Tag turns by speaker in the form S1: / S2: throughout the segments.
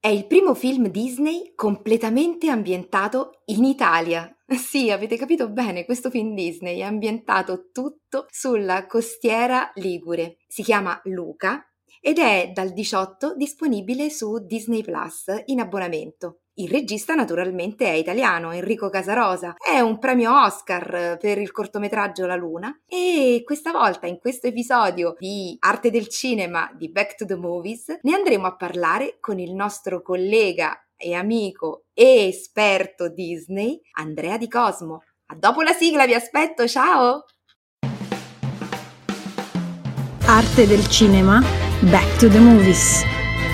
S1: È il primo film Disney completamente ambientato in Italia. Sì, avete capito bene, questo film Disney è ambientato tutto sulla costiera ligure. Si chiama Luca ed è dal 18 disponibile su Disney Plus in abbonamento. Il regista naturalmente è italiano, Enrico Casarosa. È un premio Oscar per il cortometraggio La Luna e questa volta in questo episodio di Arte del Cinema di Back to the Movies ne andremo a parlare con il nostro collega e amico e esperto Disney, Andrea Di Cosmo. A dopo la sigla, vi aspetto, ciao!
S2: Arte del cinema, Back to the Movies.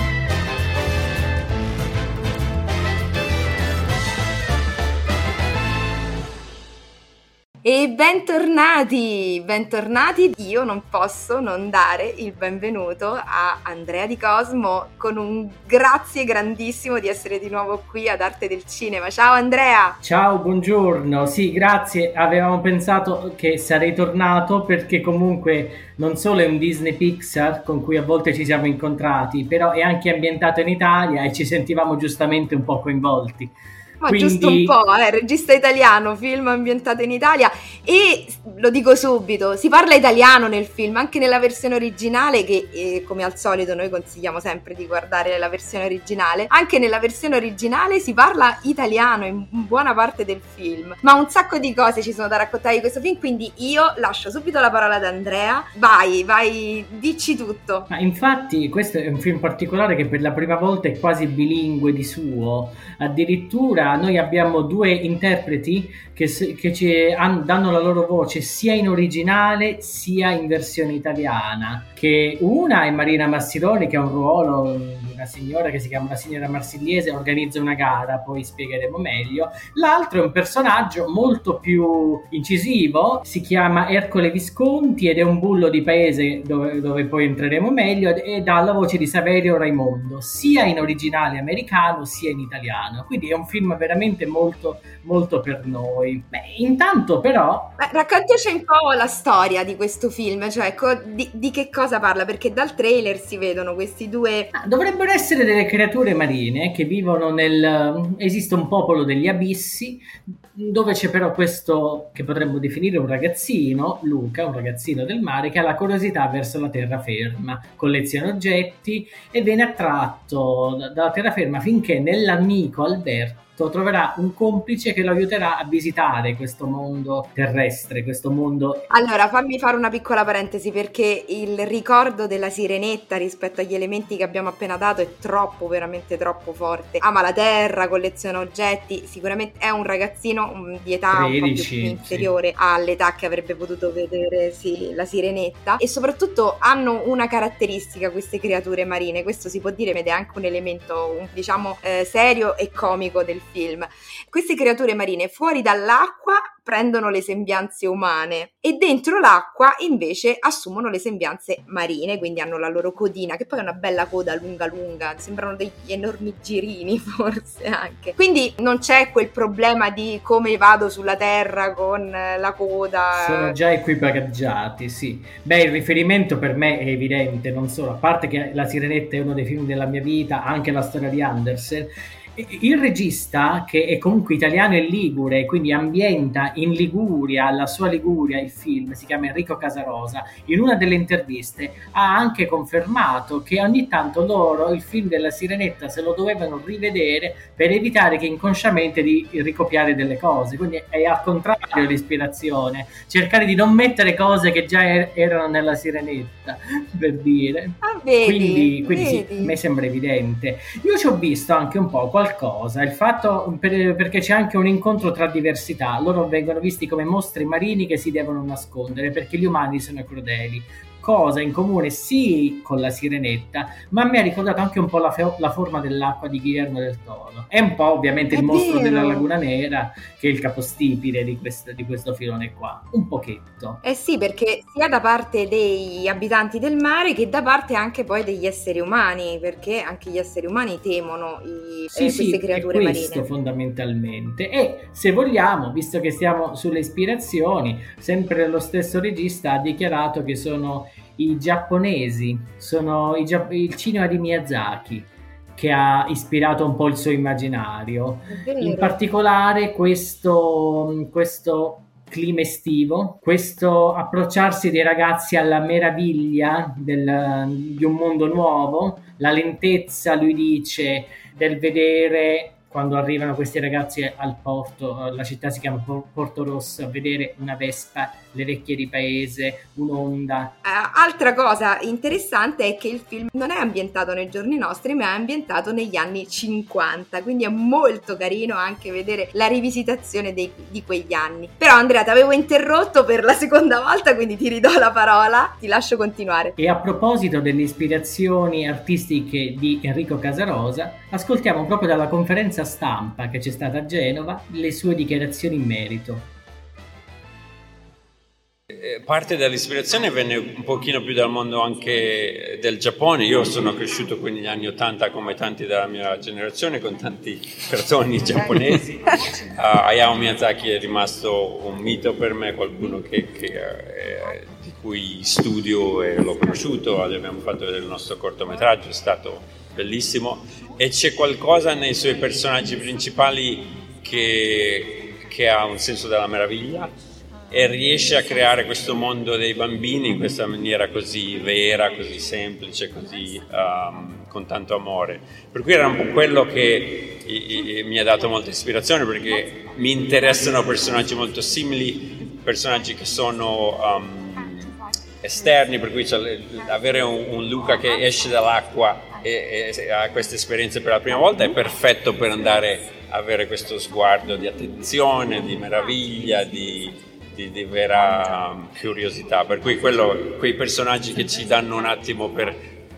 S1: E bentornati, bentornati! Io non posso non dare il benvenuto a Andrea Di Cosmo con un grazie grandissimo di essere di nuovo qui ad Arte del Cinema. Ciao Andrea!
S3: Ciao, buongiorno. Sì, grazie. Avevamo pensato che sarei tornato perché comunque non solo è un Disney Pixar con cui a volte ci siamo incontrati, però è anche ambientato in Italia e ci sentivamo giustamente un po' coinvolti.
S1: Ma
S3: Quindi...
S1: giusto un po', regista italiano, film ambientato in Italia e lo dico subito, si parla italiano nel film, anche nella versione originale che come al solito noi consigliamo sempre di guardare la versione originale, anche nella versione originale si parla italiano in buona parte del film, ma un sacco di cose ci sono da raccontare di questo film, quindi io lascio subito la parola ad Andrea, vai, dici tutto.
S3: Ma infatti questo è un film particolare che per la prima volta è quasi bilingue di suo, addirittura noi abbiamo due interpreti che ci danno la loro voce sia in originale sia in versione italiana, che una è Marina Massironi, che ha un ruolo di una signora che si chiama la signora Marsigliese, organizza una gara, poi spiegheremo meglio. L'altro è un personaggio molto più incisivo, si chiama Ercole Visconti ed è un bullo di paese dove poi entreremo meglio, e dà la voce di Saverio Raimondo sia in originale americano sia in italiano, quindi è un film veramente molto molto per noi. Intanto però
S1: raccontaci un po' la storia di questo film, cioè di che cosa parla, perché dal trailer si vedono questi due...
S3: Dovrebbero essere delle creature marine che vivono esiste un popolo degli abissi dove c'è però questo che potremmo definire un ragazzino, Luca, un ragazzino del mare che ha la curiosità verso la terraferma, colleziona oggetti e viene attratto dalla terraferma finché nell'amico Alberto troverà un complice che lo aiuterà a visitare questo mondo terrestre, questo mondo...
S1: Allora, fammi fare una piccola parentesi, perché il ricordo della sirenetta rispetto agli elementi che abbiamo appena dato è troppo, veramente troppo forte. Ama la terra, colleziona oggetti, sicuramente è un ragazzino di età
S3: 13,
S1: un po' più inferiore all'età che avrebbe potuto vedere la sirenetta, e soprattutto hanno una caratteristica queste creature marine, questo si può dire, ed è anche un elemento, diciamo, serio e comico del film. Queste creature marine fuori dall'acqua prendono le sembianze umane e dentro l'acqua invece assumono le sembianze marine, quindi hanno la loro codina, che poi è una bella coda lunga, sembrano degli enormi girini forse anche. Quindi non c'è quel problema di come vado sulla terra con la coda.
S3: Sono già equipaggiati, sì. Beh, il riferimento per me è evidente, non solo, a parte che La Sirenetta è uno dei film della mia vita, anche la storia di Andersen. Il regista, che è comunque italiano e ligure, quindi ambienta in Liguria, la sua Liguria, il film, si chiama Enrico Casarosa, in una delle interviste ha anche confermato che ogni tanto loro il film della Sirenetta se lo dovevano rivedere per evitare che inconsciamente di ricopiare delle cose, quindi è al contrario l'ispirazione, cercare di non mettere cose che già erano nella Sirenetta, per dire.
S1: Vedi.
S3: Sì, a me sembra evidente. Io ci ho visto anche un po' qualcosa, il fatto perché c'è anche un incontro tra diversità, loro vengono visti come mostri marini che si devono nascondere perché gli umani sono crudeli, cosa in comune sì con la Sirenetta, ma mi ha ricordato anche un po' la forma dell'acqua di Guillermo del Toro. È un po' ovviamente il mostro della Laguna Nera, che è il capostipite di questo filone qua, un pochetto.
S1: Sì, perché sia da parte dei abitanti del mare che da parte anche poi degli esseri umani, perché anche gli esseri umani temono queste creature marine.
S3: Questo fondamentalmente. E se vogliamo, visto che stiamo sulle ispirazioni, sempre lo stesso regista ha dichiarato che sono i giapponesi, sono il cinema di Miyazaki, che ha ispirato un po' il suo immaginario.
S1: È vero.
S3: In particolare questo clima estivo, questo approcciarsi dei ragazzi alla meraviglia di un mondo nuovo, la lentezza, lui dice, del vedere quando arrivano questi ragazzi al porto, la città si chiama Porto Rosso, a vedere una vespa, le vecchie di paese, un'onda.
S1: Altra cosa interessante è che il film non è ambientato nei giorni nostri, ma è ambientato negli anni 50, quindi è molto carino anche vedere la rivisitazione di quegli anni. Però Andrea, ti avevo interrotto per la seconda volta, quindi ti ridò la parola, ti lascio continuare.
S3: E a proposito delle ispirazioni artistiche di Enrico Casarosa, ascoltiamo proprio dalla conferenza stampa che c'è stata a Genova le sue dichiarazioni in merito.
S4: Parte dell'ispirazione venne un pochino più dal mondo anche del Giappone. Io sono cresciuto qui negli anni '80 come tanti della mia generazione con tanti cartoni giapponesi. Hayao Miyazaki è rimasto un mito per me, qualcuno di cui studio e l'ho conosciuto, abbiamo fatto vedere il nostro cortometraggio, è stato bellissimo, e c'è qualcosa nei suoi personaggi principali che ha un senso della meraviglia e riesce a creare questo mondo dei bambini in questa maniera così vera, così semplice, così con tanto amore. Per cui era un po' quello che mi ha dato molta ispirazione, perché mi interessano personaggi molto simili, personaggi che sono esterni, per cui avere un Luca che esce dall'acqua e ha queste esperienze per la prima volta è perfetto per andare a avere questo sguardo di attenzione, di meraviglia, di vera curiosità, per cui quei personaggi che ci danno un attimo per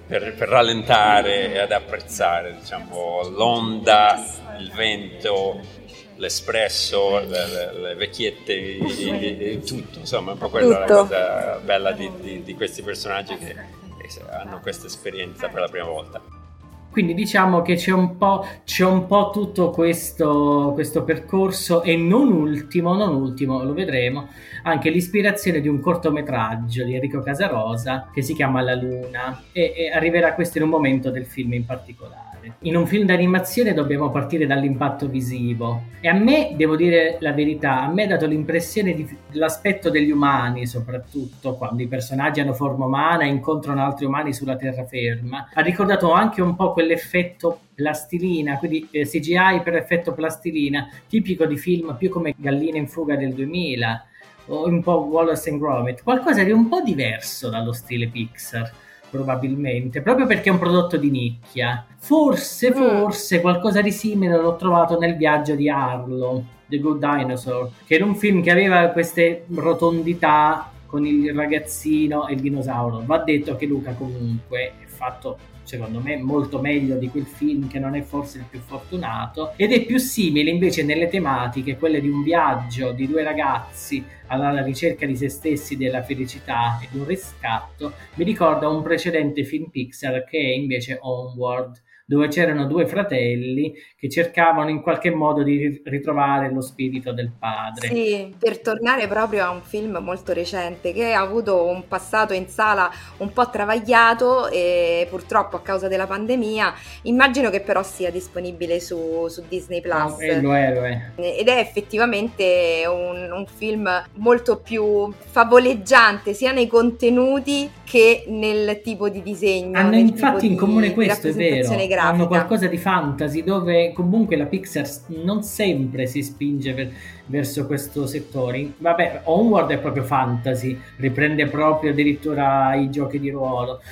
S4: rallentare e ad apprezzare, diciamo, l'onda, il vento, l'espresso, le vecchiette, tutto, insomma, è un po' quella la cosa bella di questi personaggi che hanno questa esperienza per la prima volta.
S3: Quindi diciamo che c'è un po' tutto questo percorso, e non ultimo, lo vedremo, anche l'ispirazione di un cortometraggio di Enrico Casarosa che si chiama La Luna, e arriverà questo in un momento del film in particolare. In un film d'animazione dobbiamo partire dall'impatto visivo, e a me, devo dire la verità, a me ha dato l'impressione dell'aspetto degli umani, soprattutto quando i personaggi hanno forma umana e incontrano altri umani sulla terraferma. Ha ricordato anche un po' quell'effetto plastilina, quindi CGI per effetto plastilina, tipico di film più come Galline in fuga del 2000 o un po' Wallace and Gromit, qualcosa di un po' diverso dallo stile Pixar, probabilmente, proprio perché è un prodotto di nicchia. Forse qualcosa di simile l'ho trovato nel Viaggio di Arlo, The Good Dinosaur, che era un film che aveva queste rotondità con il ragazzino e il dinosauro. Va detto che Luca comunque è fatto, secondo me, molto meglio di quel film, che non è forse il più fortunato, ed è più simile invece nelle tematiche, quelle di un viaggio di due ragazzi alla ricerca di se stessi, della felicità e di un riscatto. Mi ricorda un precedente film Pixar che è invece Onward, dove c'erano due fratelli che cercavano in qualche modo di ritrovare lo spirito del padre.
S1: Sì, per tornare proprio a un film molto recente che ha avuto un passato in sala un po' travagliato e purtroppo a causa della pandemia, immagino che però sia disponibile su Disney Plus.
S3: Lo è.
S1: Ed è effettivamente un film molto più favoleggiante sia nei contenuti che nel tipo di disegno.
S3: Hanno infatti in comune questo, è vero.
S1: Grafica.
S3: Hanno qualcosa di fantasy, dove comunque la Pixar non sempre si spinge verso questo settore. Vabbè, Onward è proprio fantasy, riprende proprio addirittura i giochi di ruolo,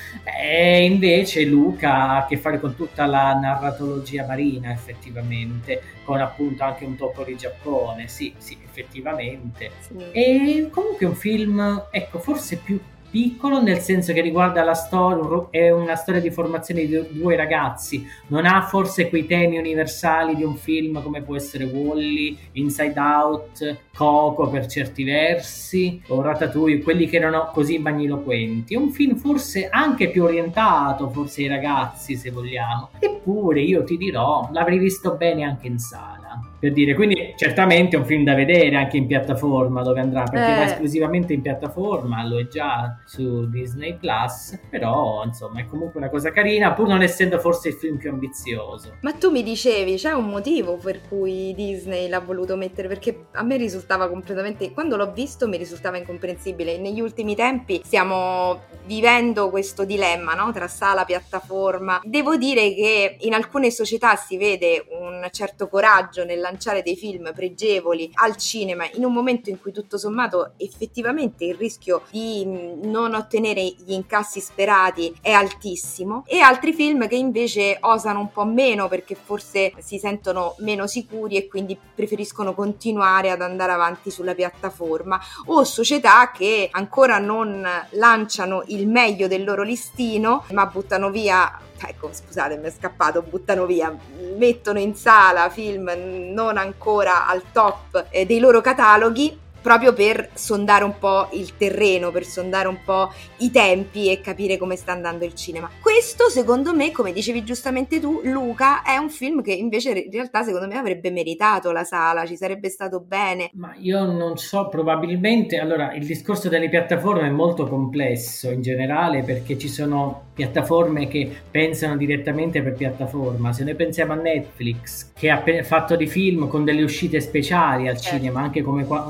S3: e invece Luca ha a che fare con tutta la narratologia marina, effettivamente, con appunto anche un tocco di Giappone, sì, effettivamente. Sì. E comunque è un film, ecco, forse più piccolo, nel senso che riguarda la storia, è una storia di formazione di due ragazzi, non ha forse quei temi universali di un film come può essere Wall-E, Inside Out, Coco per certi versi, o Ratatouille, quelli che erano così magniloquenti. È un film forse anche più orientato forse ai ragazzi, se vogliamo, eppure io ti dirò, l'avrei visto bene anche in sala. per dire, quindi certamente è un film da vedere anche in piattaforma dove andrà, perché va esclusivamente in piattaforma, lo è già su Disney Plus, però insomma è comunque una cosa carina, pur non essendo forse il film più ambizioso.
S1: Ma tu mi dicevi, c'è un motivo per cui Disney l'ha voluto mettere? Perché a me risultava completamente, quando l'ho visto mi risultava incomprensibile. Negli ultimi tempi stiamo vivendo questo dilemma, no? Tra sala, piattaforma. Devo dire che in alcune società si vede un certo coraggio nel lanciare dei film pregevoli al cinema in un momento in cui tutto sommato effettivamente il rischio di non ottenere gli incassi sperati è altissimo, e altri film che invece osano un po' meno perché forse si sentono meno sicuri e quindi preferiscono continuare ad andare avanti sulla piattaforma, o società che ancora non lanciano il meglio del loro listino ma buttano via, ecco scusate mi è scappato, buttano via, mettono in sala film non ancora al top dei loro cataloghi, proprio per sondare un po' il terreno, per sondare un po' i tempi e capire come sta andando il cinema. Questo secondo me, come dicevi giustamente tu Luca, è un film che invece in realtà secondo me avrebbe meritato la sala, ci sarebbe stato bene.
S3: Ma io non so, probabilmente, allora il discorso delle piattaforme è molto complesso in generale, perché ci sono piattaforme che pensano direttamente per piattaforma. Se noi pensiamo a Netflix, che ha fatto di film con delle uscite speciali al cinema, anche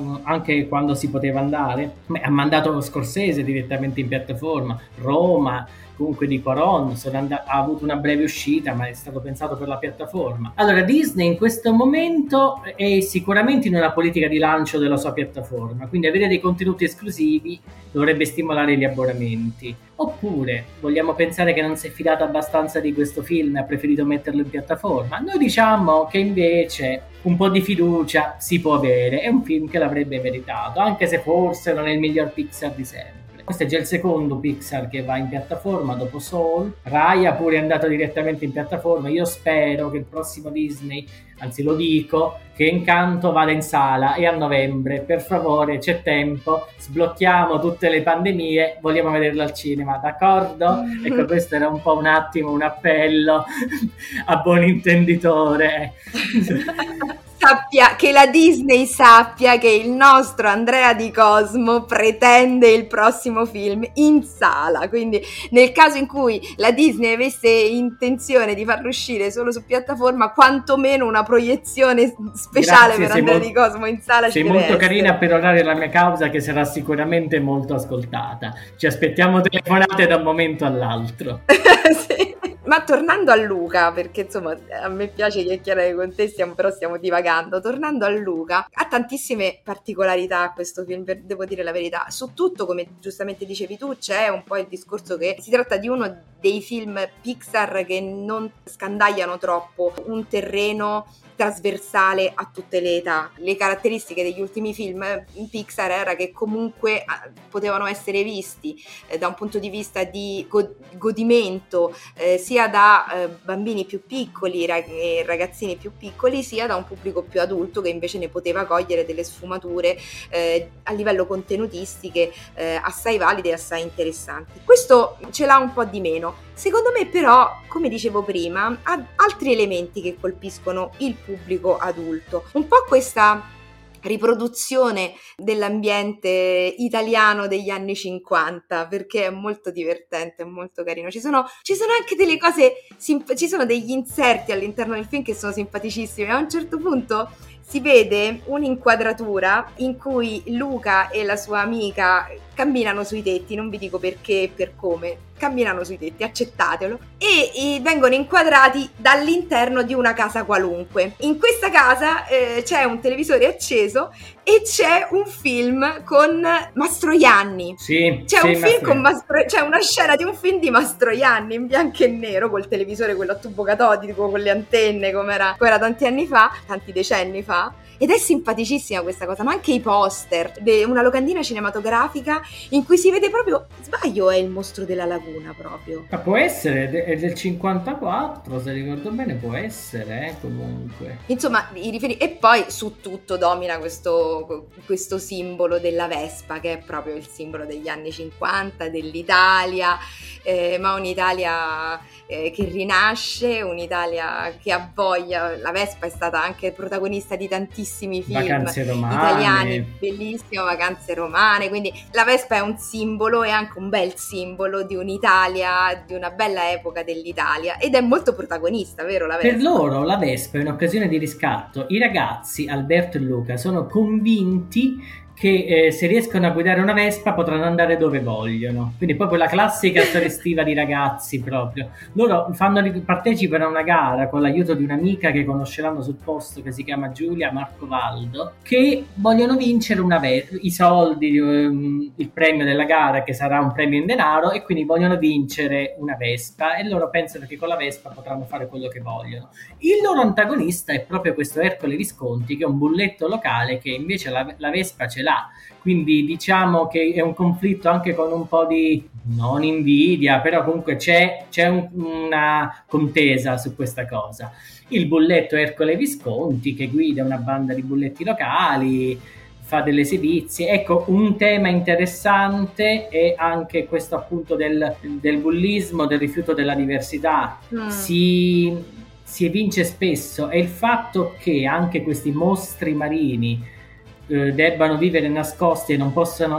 S3: quando si poteva andare, ha mandato Scorsese direttamente in piattaforma, Roma, comunque di Coron, ha avuto una breve uscita ma è stato pensato per la piattaforma. Allora Disney in questo momento è sicuramente in una politica di lancio della sua piattaforma, quindi avere dei contenuti esclusivi dovrebbe stimolare gli abbonamenti. Oppure vogliamo pensare che non si è fidato abbastanza di questo film e ha preferito metterlo in piattaforma? Noi diciamo che invece un po' di fiducia si può avere, è un film che l'avrebbe meritato, anche se forse non è il miglior Pixar di sempre. Questo è già il secondo Pixar che va in piattaforma dopo Soul. Raya pure è andato direttamente in piattaforma. Io spero che il prossimo Disney, anzi lo dico, che Encanto vada in sala, e a novembre, per favore, c'è tempo, sblocchiamo tutte le pandemie, vogliamo vederlo al cinema, d'accordo? Ecco, questo era un po' un attimo un appello a buon intenditore.
S1: Che la Disney sappia che il nostro Andrea Di Cosmo pretende il prossimo film in sala, quindi nel caso in cui la Disney avesse intenzione di farlo uscire solo su piattaforma, quantomeno una proiezione speciale. Grazie, per Andrea Di Cosmo in sala
S3: sei molto carina per orare la mia causa, che sarà sicuramente molto ascoltata. Ci aspettiamo telefonate da un momento all'altro.
S1: Sì. Ma tornando a Luca, perché insomma a me piace chiacchierare con te, però stiamo divagando. Tornando a Luca, ha tantissime particolarità questo film, devo dire la verità. Su tutto, come giustamente dicevi tu, c'è un po' il discorso che si tratta di uno dei film Pixar che non scandagliano troppo un terreno trasversale a tutte le età. Le caratteristiche degli ultimi film in Pixar era che comunque potevano essere visti da un punto di vista di godimento sia da bambini più piccoli e ragazzini più piccoli, sia da un pubblico più adulto che invece ne poteva cogliere delle sfumature a livello contenutistiche assai valide e assai interessanti. Questo ce l'ha un po' di meno. Secondo me però, come dicevo prima, ha altri elementi che colpiscono il pubblico adulto. Un po' questa riproduzione dell'ambiente italiano degli anni 50, perché è molto divertente, è molto carino. Ci sono anche delle cose, ci sono degli inserti all'interno del film che sono simpaticissimi. A un certo punto si vede un'inquadratura in cui Luca e la sua amica camminano sui tetti, non vi dico perché e per come, camminano sui tetti, accettatelo, e vengono inquadrati dall'interno di una casa qualunque. In questa casa c'è un televisore acceso e c'è un film con Mastroianni.
S3: Sì,
S1: c'è un film con c'è una scena di un film di Mastroianni in bianco e nero, col televisore quello a tubo catodico con le antenne, come era tanti anni fa, tanti decenni fa. Ed è simpaticissima questa cosa, ma anche i poster, una locandina cinematografica in cui si vede proprio, sbaglio, è il mostro della laguna proprio.
S3: Ma può essere, è del 54, se ricordo bene, può essere, comunque.
S1: Insomma, e poi su tutto domina questo simbolo della Vespa, che è proprio il simbolo degli anni 50, dell'Italia, ma un'Italia che rinasce, un'Italia che ha voglia. La Vespa è stata anche protagonista di tantissimi film italiani, bellissimo, Vacanze romane, quindi la Vespa è un simbolo, è anche un bel simbolo di un'Italia, di una bella epoca dell'Italia, ed è molto protagonista, vero la Vespa?
S3: Per loro la Vespa è un'occasione di riscatto. I ragazzi, Alberto e Luca, sono convinti che se riescono a guidare una Vespa potranno andare dove vogliono, quindi proprio la classica storia estiva di ragazzi proprio. Loro partecipano a una gara con l'aiuto di un'amica che conosceranno sul posto, che si chiama Giulia Marcovaldo, che vogliono vincere una Vespa, i soldi, il premio della gara, che sarà un premio in denaro, e quindi vogliono vincere una Vespa, e loro pensano che con la Vespa potranno fare quello che vogliono. Il loro antagonista è proprio questo Ercole Visconti, che è un bulletto locale che invece la Vespa ce l'ha. Quindi diciamo che è un conflitto anche con un po' di, non invidia, però comunque c'è una contesa su questa cosa. Il bulletto Ercole Visconti, che guida una banda di bulletti locali, fa delle sevizie. Ecco, un tema interessante è anche questo appunto del bullismo, del rifiuto della diversità. Si evince spesso, è il fatto che anche questi mostri marini debbano vivere nascosti e non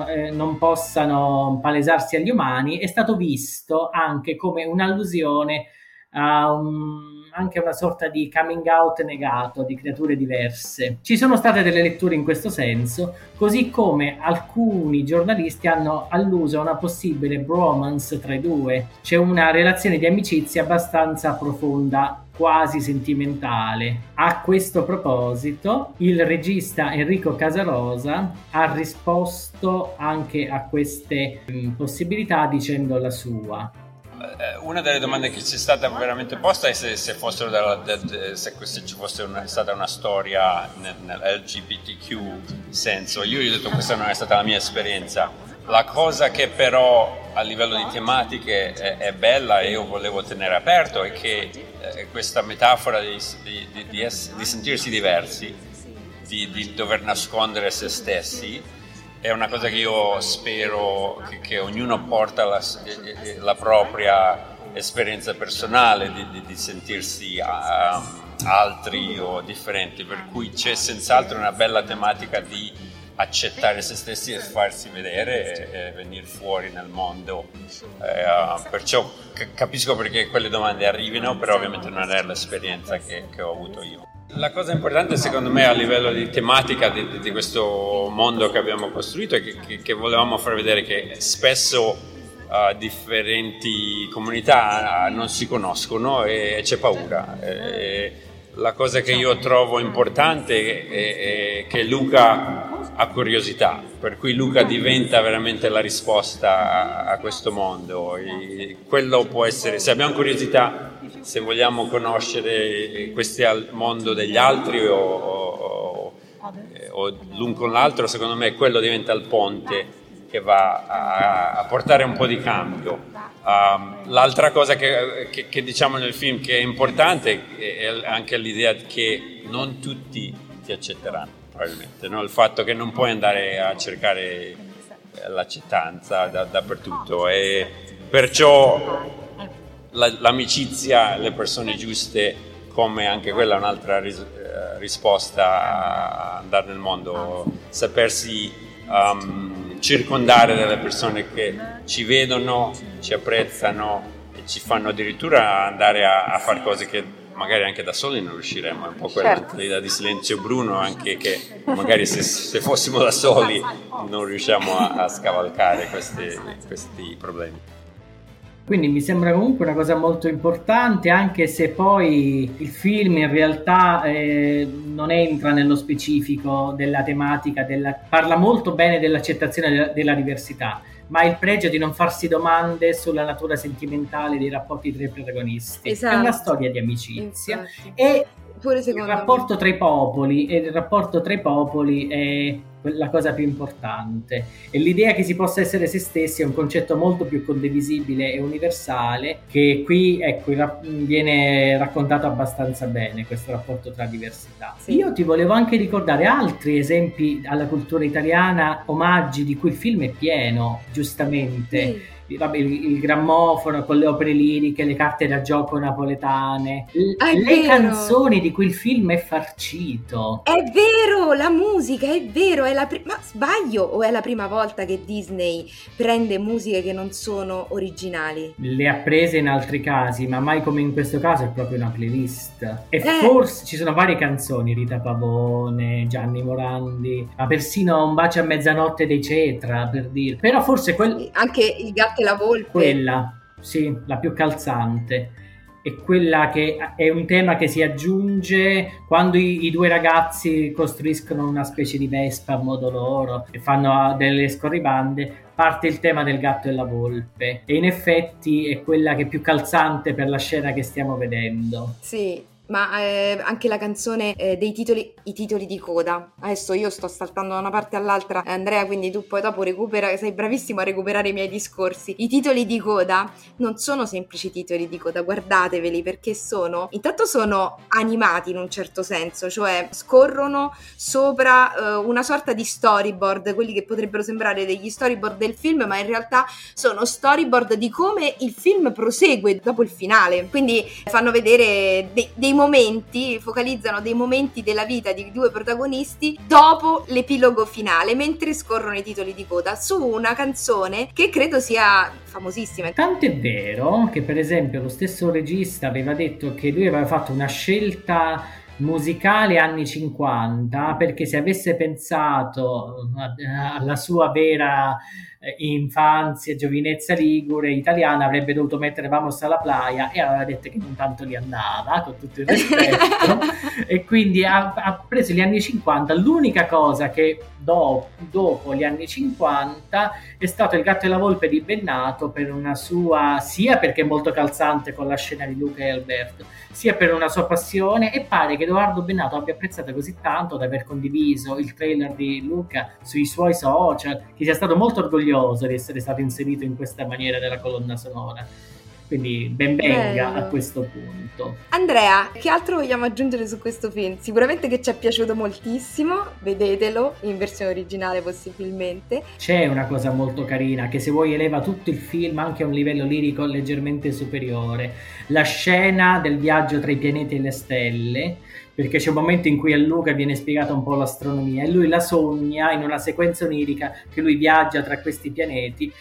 S3: possano palesarsi agli umani, è stato visto anche come un'allusione a anche una sorta di coming out negato di creature diverse. Ci sono state delle letture in questo senso, così come alcuni giornalisti hanno alluso a una possibile bromance tra i due. C'è una relazione di amicizia abbastanza profonda, quasi sentimentale. A questo proposito, il regista Enrico Casarosa ha risposto anche a queste possibilità dicendo la sua.
S4: Una delle domande che ci è stata veramente posta è se ci fosse stata una storia nell'LGBTQ senso. Io gli ho detto questa non è stata la mia esperienza. La cosa che però a livello di tematiche è bella e io volevo tenere aperto è che questa metafora di sentirsi diversi, di dover nascondere se stessi, è una cosa che io spero che ognuno porta la propria esperienza personale di sentirsi altri o differenti, per cui c'è senz'altro una bella tematica di accettare se stessi e farsi vedere e venire fuori nel mondo. Perciò capisco perché quelle domande arrivino, però ovviamente non è l'esperienza che ho avuto io. La cosa importante secondo me a livello di tematica di questo mondo che abbiamo costruito è che volevamo far vedere che spesso differenti comunità non si conoscono e c'è paura. La cosa che io trovo importante è che Luca ha curiosità, per cui Luca diventa veramente la risposta a questo mondo. E quello può essere, se abbiamo curiosità, se vogliamo conoscere questo mondo degli altri o l'un con l'altro, secondo me quello diventa il ponte che va a portare un po' di cambio. L'altra cosa che diciamo nel film che è importante è anche l'idea che non tutti ti accetteranno, probabilmente, no? Il fatto che non puoi andare a cercare l'accettanza dappertutto, e perciò l'amicizia, le persone giuste, come anche quella è un'altra risposta a andare nel mondo, sapersi circondare delle persone che ci vedono, ci apprezzano e ci fanno addirittura andare a fare cose che magari anche da soli non riusciremmo. È un po' quella mentalità di Silenzio Bruno, anche che magari se fossimo da soli non riusciamo a scavalcare questi problemi.
S3: Quindi mi sembra comunque una cosa molto importante, anche se poi il film in realtà non entra nello specifico della tematica, parla molto bene dell'accettazione della diversità, ma ha il pregio di non farsi domande sulla natura sentimentale dei rapporti tra i protagonisti.
S1: Esatto.
S3: È una storia di amicizia.
S1: Infatti.
S3: E
S1: pure
S3: il rapporto tra i popoli è la cosa più importante, e l'idea che si possa essere se stessi è un concetto molto più condivisibile e universale, che qui viene raccontato abbastanza bene, questo rapporto tra diversità. Sì. Io ti volevo anche ricordare altri esempi alla cultura italiana, omaggi di cui il film è pieno, giustamente. Sì. vabbè, il grammofono con le opere liriche, le carte da gioco napoletane,
S1: È
S3: le
S1: vero.
S3: canzoni di cui il film è farcito.
S1: È vero, la musica, è vero, ma sbaglio o è la prima volta che Disney prende musiche che non sono originali?
S3: Le ha prese in altri casi, ma mai come in questo caso è proprio una playlist. E forse ci sono varie canzoni, Rita Pavone, Gianni Morandi, ma persino Un bacio a mezzanotte dei Cetra, per dire. Però forse
S1: Sì, anche Il gatto e la volpe.
S3: quella, sì, la più calzante. È quella che è un tema che si aggiunge quando i due ragazzi costruiscono una specie di Vespa a modo loro e fanno delle scorribande. Parte il tema del gatto e la volpe e in effetti è quella che è più calzante per la scena che stiamo vedendo.
S1: Sì, ma anche la canzone dei titoli, i titoli di coda. Adesso io sto saltando da una parte all'altra, Andrea, quindi tu poi dopo recupera, sei bravissimo a recuperare i miei discorsi. I titoli di coda non sono semplici titoli di coda, guardateveli, perché intanto sono animati in un certo senso, cioè scorrono sopra una sorta di storyboard, quelli che potrebbero sembrare degli storyboard del film, ma in realtà sono storyboard di come il film prosegue dopo il finale. Quindi fanno vedere dei momenti, focalizzano dei momenti della vita di due protagonisti dopo l'epilogo finale, mentre scorrono i titoli di coda su una canzone che credo sia famosissima.
S3: Tant'è vero che per esempio lo stesso regista aveva detto che lui aveva fatto una scelta musicale anni 50 perché se avesse pensato alla sua vera infanzia, giovinezza ligure italiana avrebbe dovuto mettere Vamos alla playa e aveva detto che non tanto gli andava, con tutto il rispetto, e quindi ha preso gli anni 50. L'unica cosa che dopo gli anni 50 è stato Il gatto e la volpe di Bennato, per una sua, sia perché è molto calzante con la scena di Luca e Alberto, sia per una sua passione, e pare che Edoardo Bennato abbia apprezzato così tanto da aver condiviso il trailer di Luca sui suoi social, che sia stato molto orgoglioso di essere stato inserito in questa maniera della colonna sonora. Quindi ben venga a questo punto.
S1: Andrea, che altro vogliamo aggiungere su questo film? Sicuramente che ci è piaciuto moltissimo, vedetelo in versione originale possibilmente.
S3: C'è una cosa molto carina che se vuoi eleva tutto il film anche a un livello lirico leggermente superiore. La scena del viaggio tra i pianeti e le stelle, perché c'è un momento in cui a Luca viene spiegata un po' l'astronomia e lui la sogna in una sequenza onirica che lui viaggia tra questi pianeti,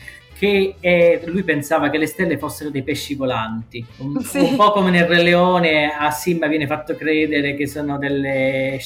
S3: che lui pensava che le stelle fossero dei pesci volanti, un po' come nel Re Leone a Simba viene fatto credere che sono delle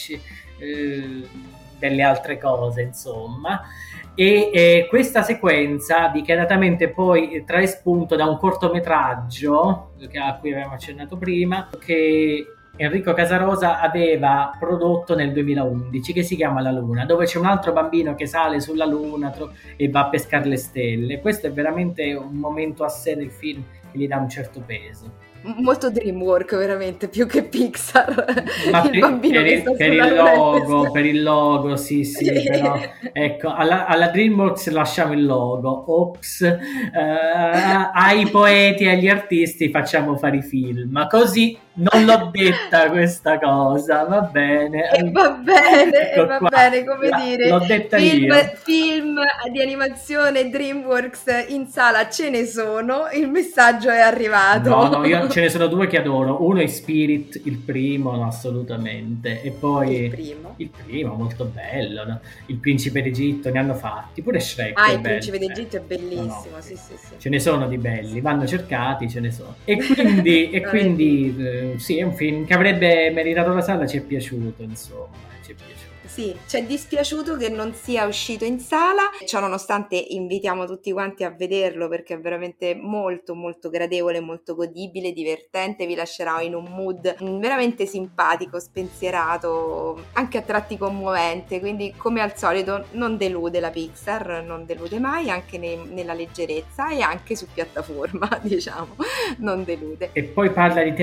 S3: altre cose, insomma. E questa sequenza dichiaratamente poi trae spunto da un cortometraggio a cui avevamo accennato prima, che Enrico Casarosa aveva prodotto nel 2011, che si chiama La Luna, dove c'è un altro bambino che sale sulla Luna e va a pescare le stelle. Questo è veramente un momento a sé del film che gli dà un certo peso.
S1: Molto DreamWorks, veramente, più che Pixar.
S3: Ma
S1: il bambino
S3: per il logo, sì, però ecco, alla DreamWorks lasciamo il logo. Ops, ai poeti e agli artisti facciamo fare i film, così non l'ho detta questa cosa, va bene.
S1: Va bene,
S3: ecco
S1: va
S3: qua.
S1: bene, come dire,
S3: l'ho detta io.
S1: Film di animazione DreamWorks in sala ce ne sono, il messaggio è arrivato.
S3: No, io ce ne sono due che adoro, uno è Spirit, il primo, no, assolutamente, e poi il primo molto bello, no? Il Principe d'Egitto, ne hanno fatti, pure Shrek
S1: il Principe d'Egitto è bellissimo, no. Sì.
S3: Ce ne sono di belli, vanno cercati, ce ne sono, e quindi sì, è un film che avrebbe meritato la sala, ci è piaciuto, insomma, ci è piaciuto.
S1: Sì, ci è dispiaciuto che non sia uscito in sala, ciò nonostante invitiamo tutti quanti a vederlo perché è veramente molto molto gradevole, molto godibile, divertente, vi lascerà in un mood veramente simpatico, spensierato, anche a tratti commovente, quindi come al solito non delude la Pixar, non delude mai, anche nella leggerezza e anche su piattaforma, diciamo, non delude.
S3: E poi parla di temi vicini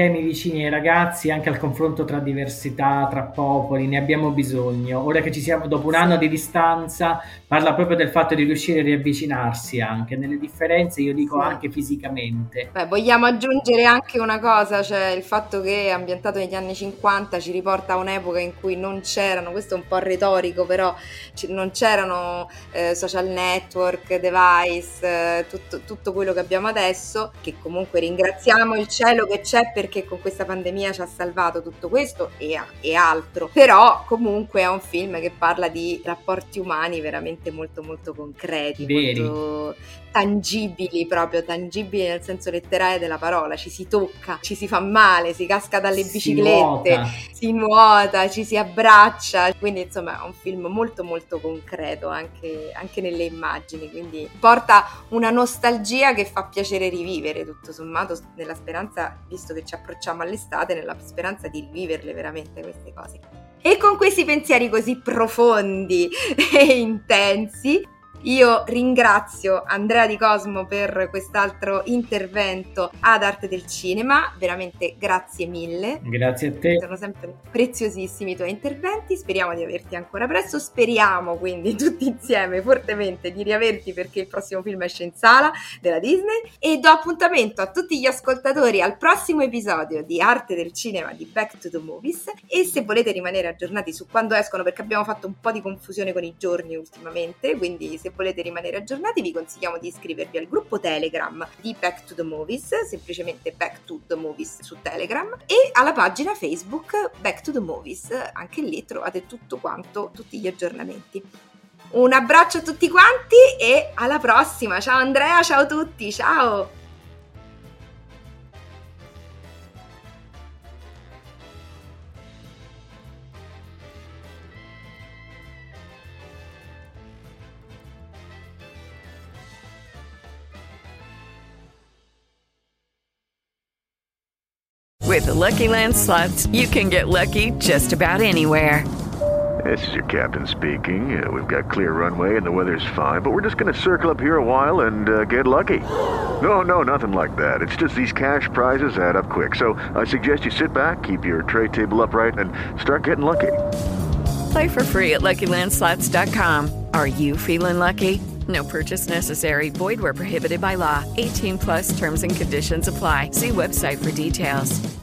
S3: vicini ai ragazzi anche al confronto tra diversità, tra popoli, ne abbiamo bisogno. Ora che ci siamo, dopo un anno di distanza, parla proprio del fatto di riuscire a riavvicinarsi anche nelle differenze, io dico anche fisicamente.
S1: Beh, vogliamo aggiungere anche una cosa, cioè il fatto che è ambientato negli anni 50 ci riporta a un'epoca in cui non c'erano, questo è un po' retorico, però non c'erano social network, device, tutto quello che abbiamo adesso, che comunque ringraziamo il cielo che c'è, perché con questa pandemia ci ha salvato tutto questo e altro. Però comunque è un film che parla di rapporti umani veramente molto molto concreti,
S3: veri,
S1: molto tangibili, proprio tangibili nel senso letterale della parola. Ci si tocca, ci si fa male, si casca dalle biciclette, si nuota, ci si abbraccia, quindi insomma è un film molto molto concreto anche nelle immagini, quindi porta una nostalgia che fa piacere rivivere, tutto sommato, nella speranza, visto che ci approcciamo all'estate, nella speranza di riviverle veramente queste cose. E con questi pensieri così profondi e intensi, io ringrazio Andrea Di Cosmo per quest'altro intervento ad Arte del Cinema, veramente grazie mille.
S3: Grazie a te.
S1: Sono sempre preziosissimi i tuoi interventi, speriamo di averti ancora presto, speriamo quindi tutti insieme fortemente di riaverti, perché il prossimo film esce in sala della Disney, e do appuntamento a tutti gli ascoltatori al prossimo episodio di Arte del Cinema di Back to the Movies. E se volete rimanere aggiornati su quando escono, perché abbiamo fatto un po' di confusione con i giorni ultimamente, quindi se volete rimanere aggiornati vi consigliamo di iscrivervi al gruppo Telegram di Back to the Movies, semplicemente Back to the Movies su Telegram, e alla pagina Facebook Back to the Movies, anche lì trovate tutto quanto, tutti gli aggiornamenti. Un abbraccio a tutti quanti e alla prossima. Ciao Andrea, ciao a tutti, ciao!
S5: With the Lucky Land Slots, you can get lucky just about anywhere.
S6: This is your captain speaking. We've got clear runway and the weather's fine, but we're just going to circle up here a while and get lucky. No, nothing like that. It's just these cash prizes add up quick. So I suggest you sit back, keep your tray table upright, and start getting lucky.
S5: Play for free at LuckyLandSlots.com. Are you feeling lucky? No purchase necessary. Void where prohibited by law. 18+ terms and conditions apply. See website for details.